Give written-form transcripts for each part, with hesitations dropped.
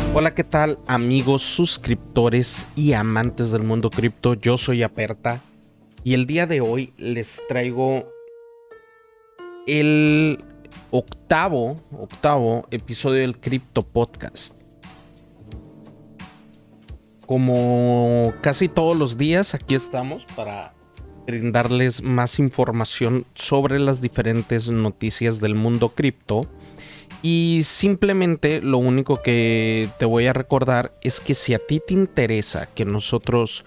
Hola, ¿qué tal amigos, suscriptores y amantes del mundo cripto? Yo soy Aperta y el día de hoy les traigo el octavo episodio del Crypto Podcast. Como casi todos los días, aquí estamos para brindarles más información sobre las diferentes noticias del mundo cripto. Y simplemente lo único que te voy a recordar es que si a ti te interesa que nosotros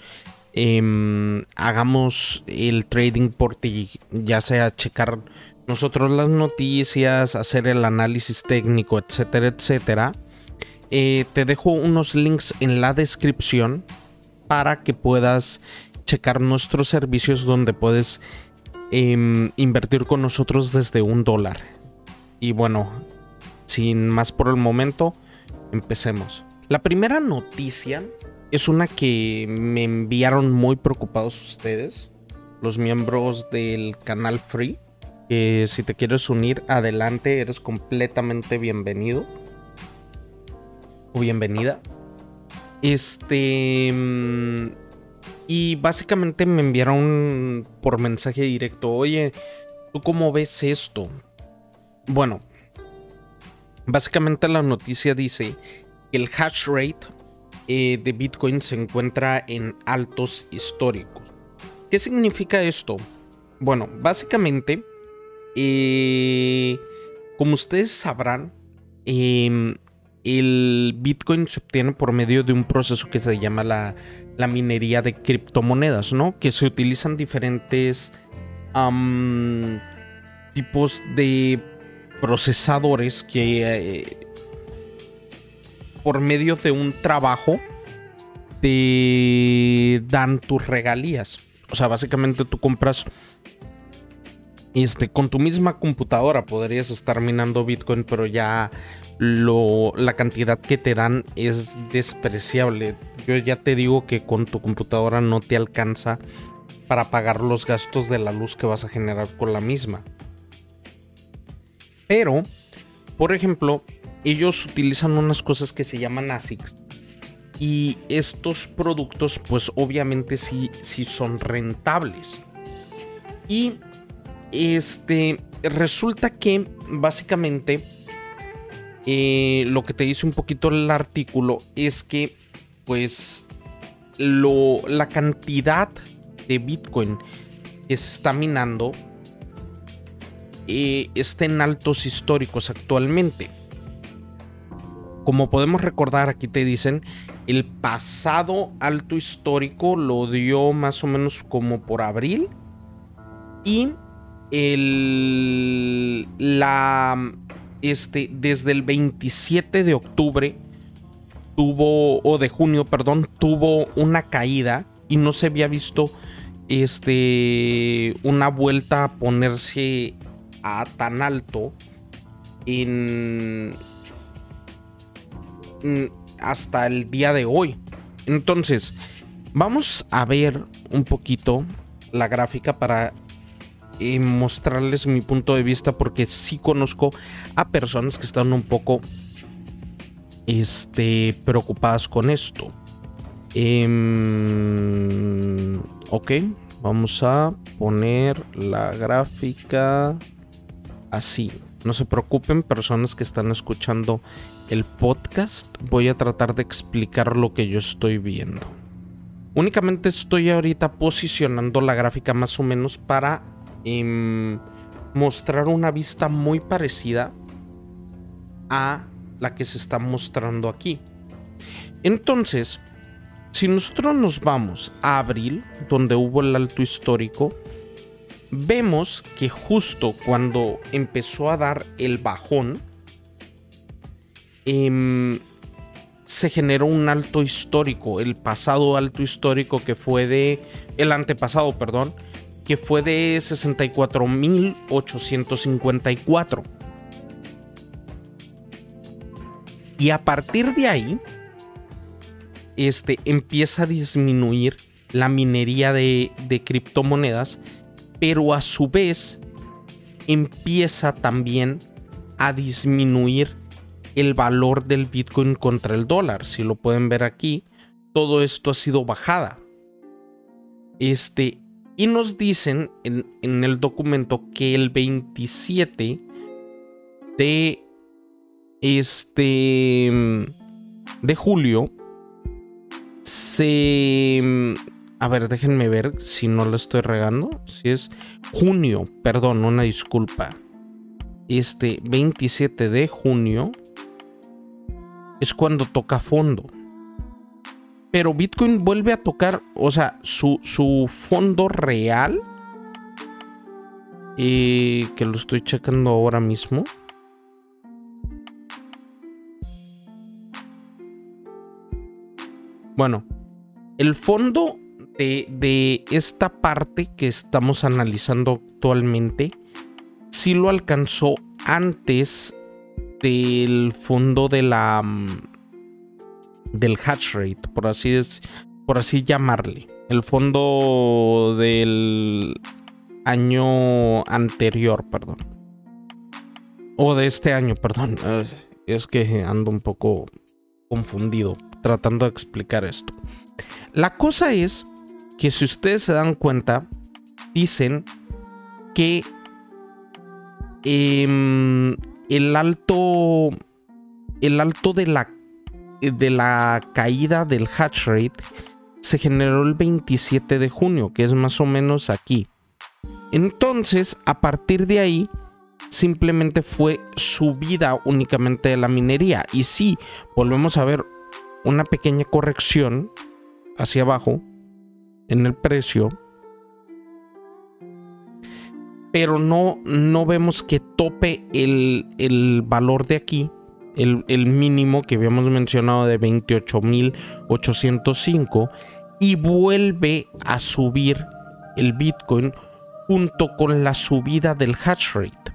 hagamos el trading por ti, ya sea checar nosotros las noticias, hacer el análisis técnico, etcétera, etcétera, te dejo unos links en la descripción para que puedas checar nuestros servicios donde puedes invertir con nosotros desde $1. Y bueno, sin más por el momento, empecemos. La primera noticia es una que me enviaron muy preocupados ustedes, los miembros del canal Free. Que si te quieres unir, adelante, eres completamente bienvenido o bienvenida. Y básicamente me enviaron por mensaje directo: oye, ¿tú cómo ves esto? Bueno, básicamente la noticia dice que el hash rate de Bitcoin se encuentra en altos históricos. ¿Qué significa esto? Bueno, básicamente, como ustedes sabrán, el Bitcoin se obtiene por medio de un proceso que se llama la minería de criptomonedas, ¿no? Que se utilizan diferentes tipos de procesadores que por medio de un trabajo te dan tus regalías. O sea, básicamente tú compras con tu misma computadora, podrías estar minando Bitcoin, pero ya la cantidad que te dan es despreciable. Yo ya te digo que con tu computadora no te alcanza para pagar los gastos de la luz que vas a generar con la misma. Pero, por ejemplo, ellos utilizan unas cosas que se llaman ASICs. Y estos productos, pues obviamente sí son rentables. Y resulta que básicamente lo que te dice un poquito el artículo es que pues la cantidad de Bitcoin que se está minando está en altos históricos actualmente. Como podemos recordar, aquí te dicen, el pasado alto histórico lo dio más o menos como por abril. Y desde el 27 de octubre de junio, tuvo una caída y no se había visto una vuelta a ponerse a tan alto hasta el día de hoy. Entonces, vamos a ver un poquito la gráfica para mostrarles mi punto de vista, porque sí conozco a personas que están un poco preocupadas con esto. Ok, vamos a poner la gráfica así. No se preocupen, personas que están escuchando el podcast, voy a tratar de explicar lo que yo estoy viendo. Únicamente estoy ahorita posicionando la gráfica más o menos para mostrar una vista muy parecida a la que se está mostrando aquí. Entonces, si nosotros nos vamos a abril, donde hubo el alto histórico, vemos que justo cuando empezó a dar el bajón, se generó un alto histórico, el antepasado, perdón, que fue de 64,854. Y a partir de ahí, empieza a disminuir la minería de criptomonedas, pero a su vez empieza también a disminuir el valor del Bitcoin contra el dólar. Si lo pueden ver aquí, todo esto ha sido bajada. Y nos dicen en el documento que el 27 de de julio a ver, déjenme ver si no lo estoy regando. Si es junio, perdón, una disculpa. 27 de junio es cuando toca fondo. Pero Bitcoin vuelve a tocar, o sea, su fondo real, que lo estoy checando ahora mismo. Bueno, el fondo de esta parte que estamos analizando actualmente sí lo alcanzó antes del fondo de del hash rate, por así llamarle. El fondo del año anterior, perdón. O de este año, perdón. Es que ando un poco confundido tratando de explicar esto. La cosa es que si ustedes se dan cuenta, dicen que el alto de la caída del hash rate se generó el 27 de junio, que es más o menos aquí. Entonces, a partir de ahí, simplemente fue subida únicamente de la minería. Y sí, volvemos a ver una pequeña corrección hacia abajo en el precio, pero no vemos que tope el valor de aquí, el mínimo que habíamos mencionado de 28.805, y vuelve a subir el Bitcoin junto con la subida del hash rate.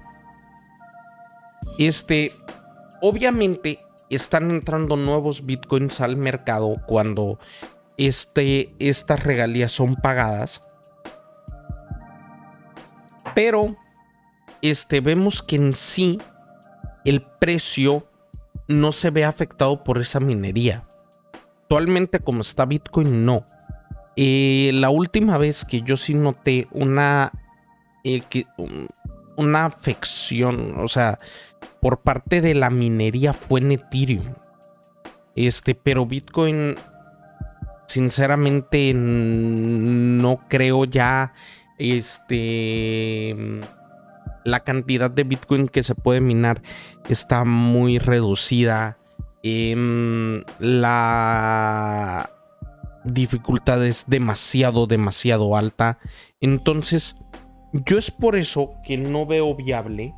Obviamente están entrando nuevos Bitcoins al mercado cuando estas regalías son pagadas, pero vemos que en sí el precio no se ve afectado por esa minería. Actualmente, como está Bitcoin, no. La última vez que yo sí noté una afección, o sea, por parte de la minería, fue en Ethereum. Pero Bitcoin, sinceramente, no creo ya la cantidad de Bitcoin que se puede minar está muy reducida. La dificultad es demasiado alta. Entonces, yo es por eso que no veo viable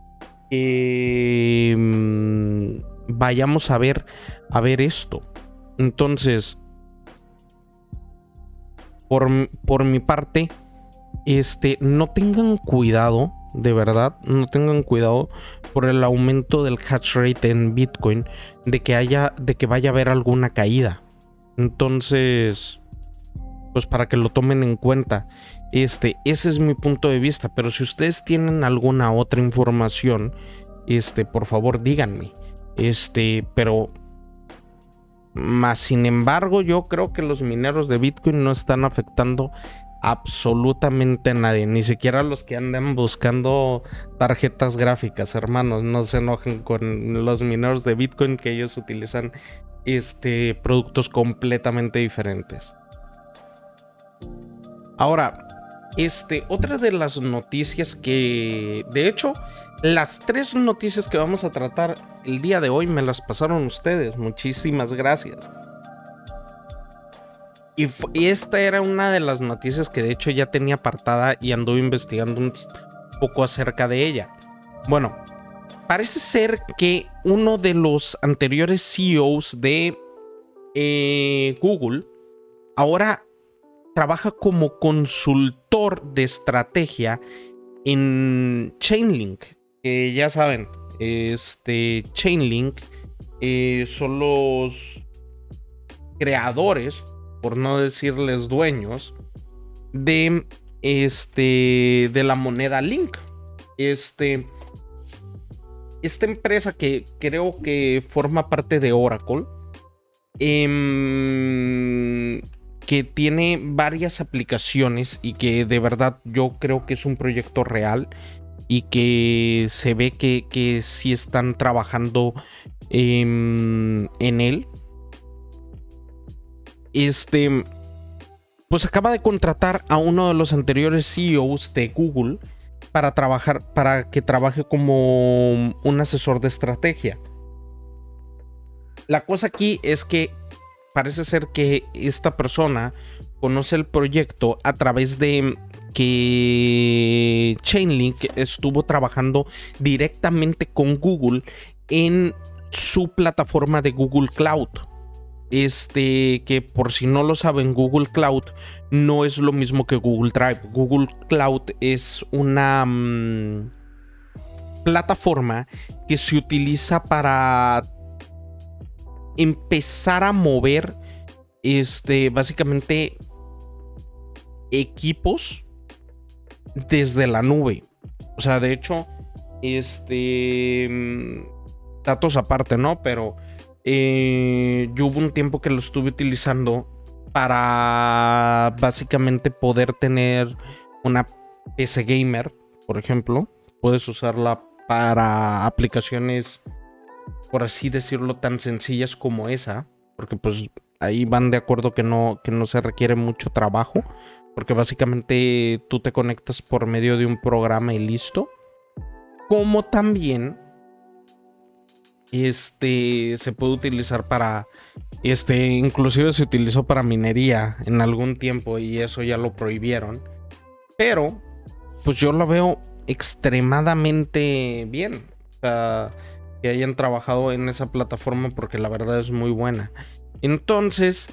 que vayamos a ver esto. Entonces, por mi parte, no tengan cuidado, de verdad, no tengan cuidado por el aumento del hash rate en Bitcoin, de que vaya a haber alguna caída. Entonces, pues para que lo tomen en cuenta. Ese es mi punto de vista, pero si ustedes tienen alguna otra información, por favor díganme. Pero más sin embargo, yo creo que los mineros de Bitcoin no están afectando absolutamente a nadie, ni siquiera los que andan buscando tarjetas gráficas, hermanos. No se enojen con los mineros de Bitcoin, que ellos utilizan productos completamente diferentes. Ahora, otra de las noticias que, de hecho, las 3 noticias que vamos a tratar el día de hoy me las pasaron ustedes. Muchísimas gracias. Y esta era una de las noticias que de hecho ya tenía apartada y anduve investigando un poco acerca de ella. Bueno, parece ser que uno de los anteriores CEOs de Google ahora trabaja como consultor de estrategia en Chainlink. Ya saben, Chainlink son los creadores, por no decirles dueños, de la moneda Link. esta empresa que creo que forma parte de Oracle, que tiene varias aplicaciones y que de verdad yo creo que es un proyecto real y que se ve que sí están trabajando en él. Pues acaba de contratar a uno de los anteriores CEOs de Google para que trabaje como un asesor de estrategia. La cosa aquí es que parece ser que esta persona conoce el proyecto a través de que Chainlink estuvo trabajando directamente con Google en su plataforma de Google Cloud. Que por si no lo saben, Google Cloud no es lo mismo que Google Drive. Google Cloud es una plataforma que se utiliza para empezar a mover básicamente equipos desde la nube. O sea, de hecho, datos aparte, ¿no? Pero yo hubo un tiempo que lo estuve utilizando para básicamente poder tener una PC gamer, por ejemplo. Puedes usarla para aplicaciones, por así decirlo, tan sencillas como esa, porque pues ahí van de acuerdo que no se requiere mucho trabajo, porque básicamente tú te conectas por medio de un programa y listo. Como también se puede utilizar para inclusive se utilizó para minería en algún tiempo y eso ya lo prohibieron, pero pues yo lo veo extremadamente bien, o sea, que hayan trabajado en esa plataforma, porque la verdad es muy buena. Entonces,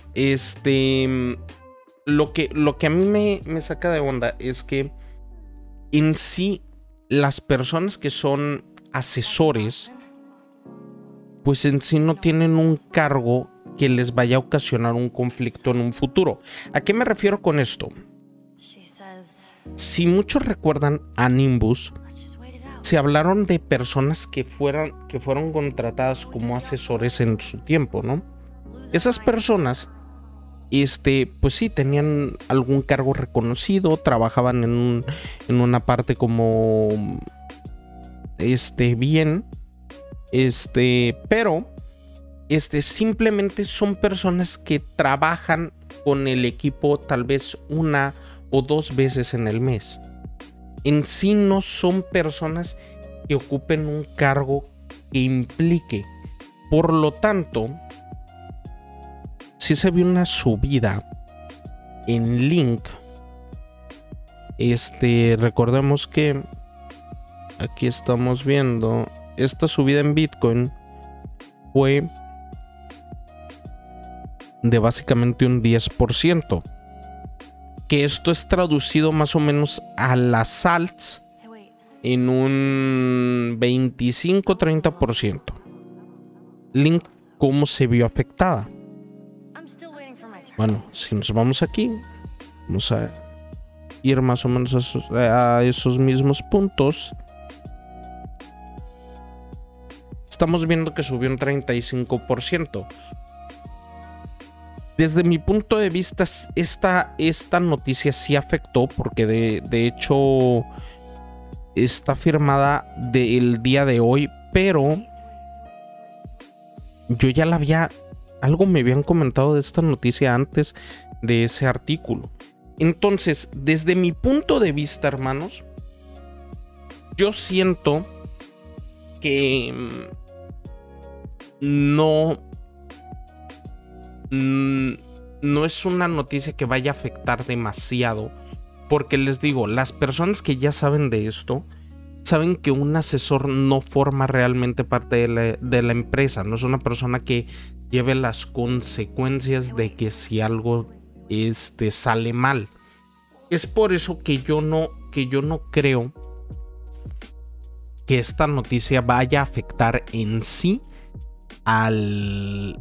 lo que a mí me saca de onda es que en sí las personas que son asesores, pues en sí no tienen un cargo que les vaya a ocasionar un conflicto en un futuro. ¿A qué me refiero con esto? Si muchos recuerdan a Nimbus, se hablaron de personas que fueron contratadas como asesores en su tiempo, ¿no? Esas personas, pues sí, tenían algún cargo reconocido, trabajaban en una parte como, bien, pero, simplemente son personas que trabajan con el equipo tal vez una o dos veces en el mes. En sí no son personas que ocupen un cargo que implique. Por lo tanto, sí se vio una subida en Link. Recordemos que aquí estamos viendo esta subida en Bitcoin fue de básicamente un 10%. Que esto es traducido más o menos a las alts en un 25-30%. Link, ¿cómo se vio afectada? Bueno, si nos vamos aquí, vamos a ir más o menos a esos mismos puntos. Estamos viendo que subió un 35%. Desde mi punto de vista, esta noticia sí afectó, porque de hecho está firmada del día de hoy, pero yo ya algo me habían comentado de esta noticia antes de ese artículo. Entonces, desde mi punto de vista, hermanos, yo siento que no es una noticia que vaya a afectar demasiado, porque les digo, las personas que ya saben de esto saben que un asesor no forma realmente parte de la empresa, no es una persona que lleve las consecuencias de que si algo sale mal. Es por eso que yo no creo que esta noticia vaya a afectar en sí al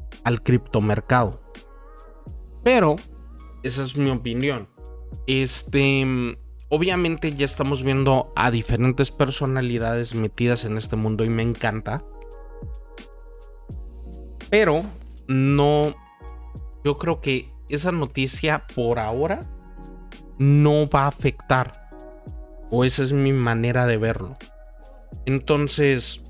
criptomercado. Pero esa es mi opinión. obviamente ya estamos viendo a diferentes personalidades metidas en este mundo y me encanta. Pero no, yo creo que esa noticia por ahora no va a afectar, o esa es mi manera de verlo. Entonces,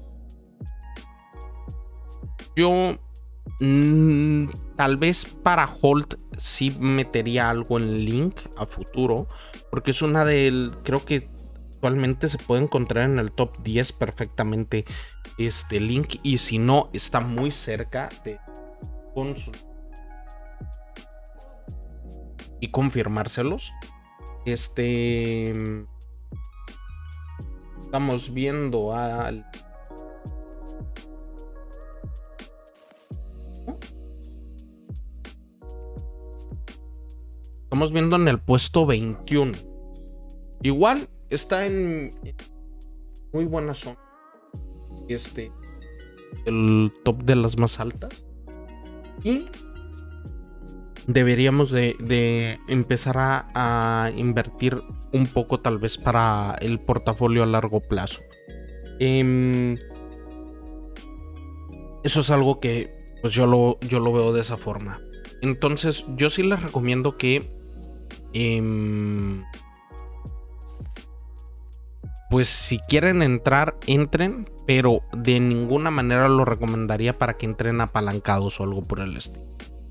yo tal vez para Holt sí metería algo en Link a futuro, porque es una creo que actualmente se puede encontrar en el top 10 perfectamente Link, y si no, está muy cerca de y confirmárselos. Estamos viendo al Estamos viendo en el puesto 21. Igual está en muy buena zona. El top de las más altas. Y deberíamos de empezar a invertir un poco, tal vez, para el portafolio a largo plazo. Eso es algo que pues yo lo veo de esa forma. Entonces yo sí les recomiendo que pues si quieren entrar, entren, pero de ninguna manera lo recomendaría para que entren apalancados o algo por el estilo.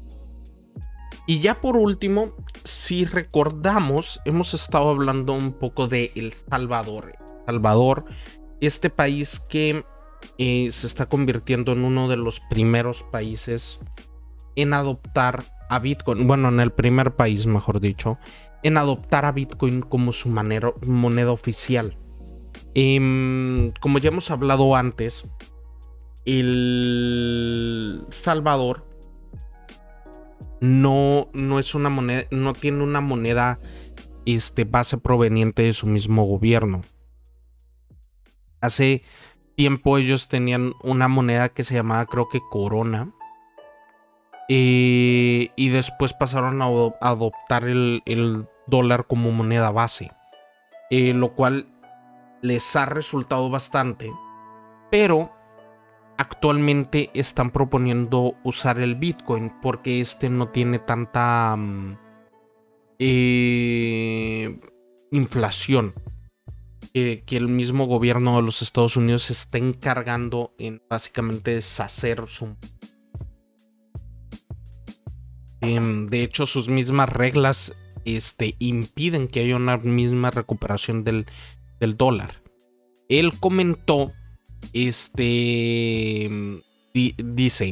Y ya por último, si recordamos, hemos estado hablando un poco de El Salvador. Salvador, este país que se está convirtiendo en uno de los primeros países en adoptar a Bitcoin. Bueno, en el primer país, mejor dicho, en adoptar a Bitcoin como su moneda oficial. Como ya hemos hablado antes, El Salvador no es una moneda, no tiene una moneda base proveniente de su mismo gobierno. Hace tiempo ellos tenían una moneda que se llamaba, creo que Corona, y después pasaron a adoptar el dólar como moneda base, lo cual les ha resultado bastante, pero actualmente están proponiendo usar el Bitcoin porque no tiene tanta inflación, que el mismo gobierno de los Estados Unidos se está encargando en básicamente deshacer su... de hecho, sus mismas reglas impiden que haya una misma recuperación del dólar. Él comentó, dice,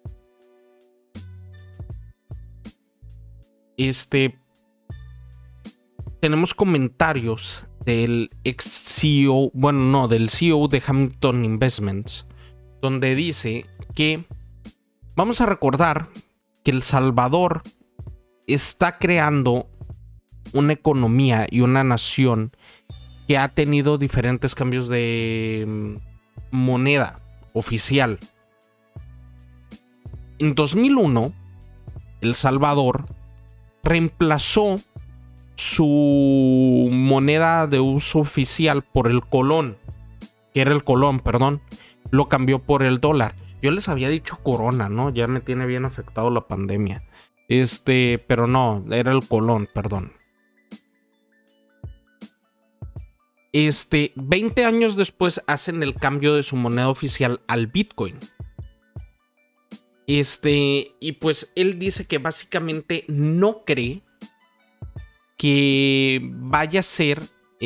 tenemos comentarios del ex CEO, bueno, no, del CEO de Hamilton Investments, donde dice que vamos a recordar que El Salvador está creando una economía y una nación que ha tenido diferentes cambios de moneda oficial. En 2001, El Salvador reemplazó su moneda de uso oficial por el colón, que era el colón, perdón, lo cambió por el dólar. Yo les había dicho corona, ¿no? Ya me tiene bien afectado la pandemia. Pero no, era el colón, perdón. 20 años después hacen el cambio de su moneda oficial al Bitcoin. Y pues él dice que básicamente no cree que vaya a ser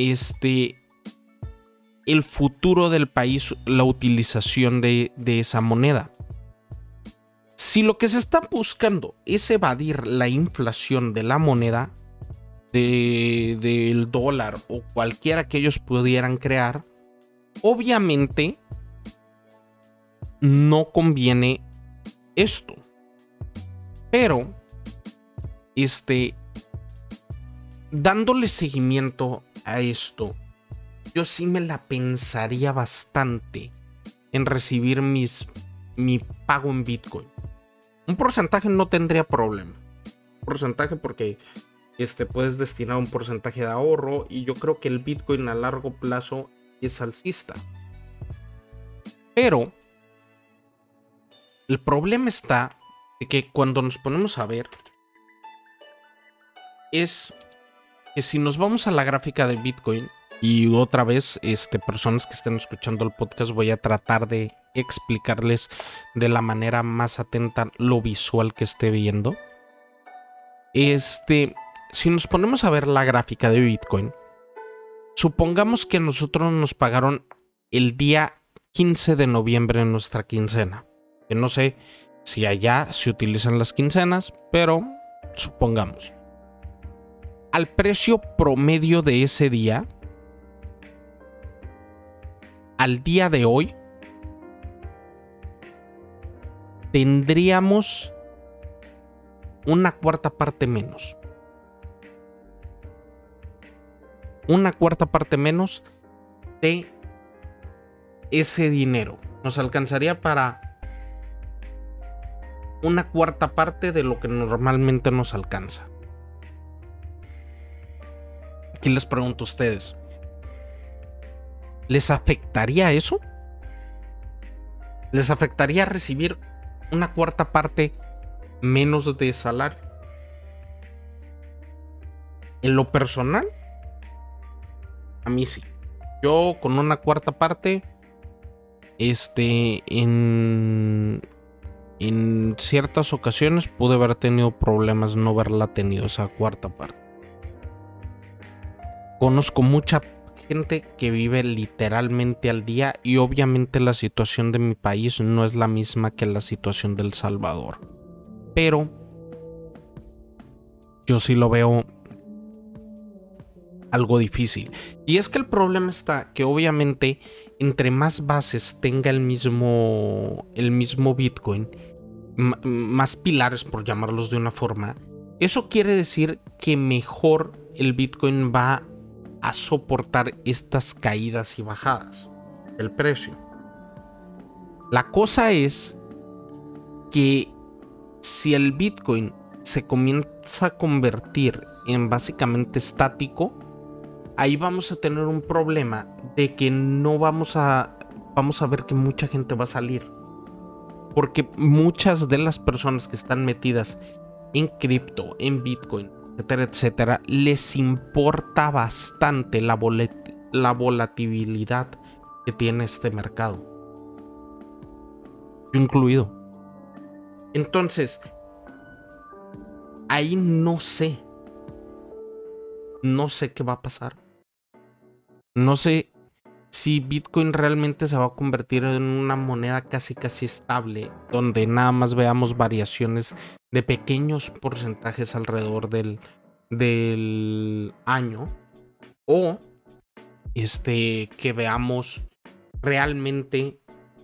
el futuro del país la utilización de esa moneda. Si lo que se está buscando es evadir la inflación de la moneda, del dólar o cualquiera que ellos pudieran crear, obviamente no conviene esto. Pero dándole seguimiento a esto, yo sí me la pensaría bastante en recibir mi pago en Bitcoin. Un porcentaje no tendría problema. Un porcentaje porque puedes destinar un porcentaje de ahorro, y yo creo que el Bitcoin a largo plazo es alcista. Pero el problema está de que cuando nos ponemos a ver, es que si nos vamos a la gráfica de Bitcoin, y otra vez, personas que estén escuchando el podcast, voy a tratar de explicarles de la manera más atenta lo visual que esté viendo. Si nos ponemos a ver la gráfica de Bitcoin, supongamos que nosotros nos pagaron el día 15 de noviembre en nuestra quincena. Que no sé si allá se utilizan las quincenas, pero supongamos. Al precio promedio de ese día, al día de hoy, tendríamos una cuarta parte menos. Una cuarta parte menos de ese dinero. Nos alcanzaría para una cuarta parte de lo que normalmente nos alcanza. Aquí les pregunto a ustedes, ¿les afectaría eso? ¿Les afectaría recibir una cuarta parte menos de salario? En lo personal, a mí sí. Yo con una cuarta parte, en ciertas ocasiones pude haber tenido problemas no haberla tenido esa cuarta parte. Conozco mucha gente que vive literalmente al día, y obviamente la situación de mi país no es la misma que la situación de El Salvador. Pero yo sí lo veo algo difícil. Y es que el problema está que obviamente entre más bases tenga el mismo Bitcoin, más pilares, por llamarlos de una forma, eso quiere decir que mejor el Bitcoin va a soportar estas caídas y bajadas del precio. La cosa es que si el Bitcoin se comienza a convertir en básicamente estático, ahí vamos a tener un problema de que no vamos a ver que mucha gente va a salir. Porque muchas de las personas que están metidas en cripto, en Bitcoin, etcétera, etcétera, les importa bastante la volatilidad que tiene este mercado. Yo incluido. Entonces, ahí no sé qué va a pasar. No sé si Bitcoin realmente se va a convertir en una moneda casi estable, donde nada más veamos variaciones de pequeños porcentajes alrededor del año, o que veamos realmente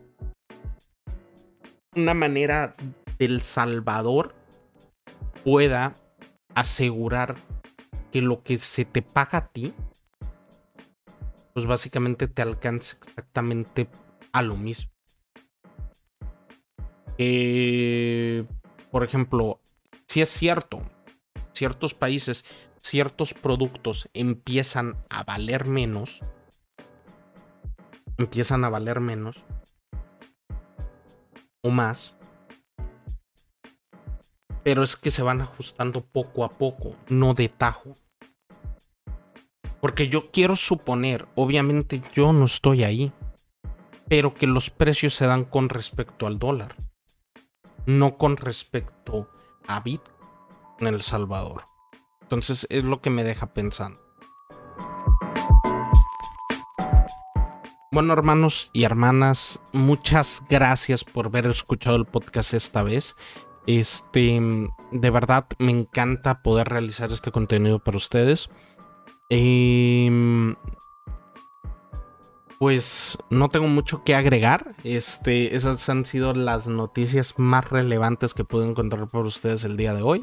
una manera del Salvador pueda asegurar que lo que se te paga a ti, pues básicamente te alcanza exactamente a lo mismo. Por ejemplo, si es cierto, ciertos países, ciertos productos empiezan a valer menos, o más, pero es que se van ajustando poco a poco, no de tajo. Porque yo quiero suponer, obviamente yo no estoy ahí, pero que los precios se dan con respecto al dólar, no con respecto a Bitcoin en El Salvador. Entonces es lo que me deja pensando. Bueno, hermanos y hermanas, muchas gracias por haber escuchado el podcast esta vez. De verdad me encanta poder realizar este contenido para ustedes. Pues no tengo mucho que agregar. Esas han sido las noticias más relevantes que pude encontrar por ustedes el día de hoy.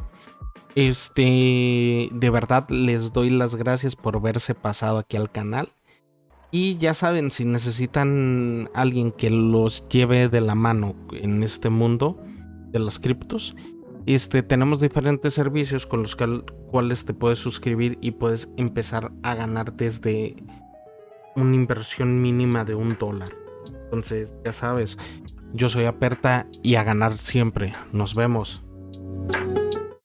De verdad les doy las gracias por haberse pasado aquí al canal. Y ya saben, si necesitan alguien que los lleve de la mano en este mundo de las criptos, Tenemos diferentes servicios con los cuales te puedes suscribir y puedes empezar a ganar desde una inversión mínima de $1. Entonces, ya sabes, yo soy Aperta y a ganar siempre. Nos vemos.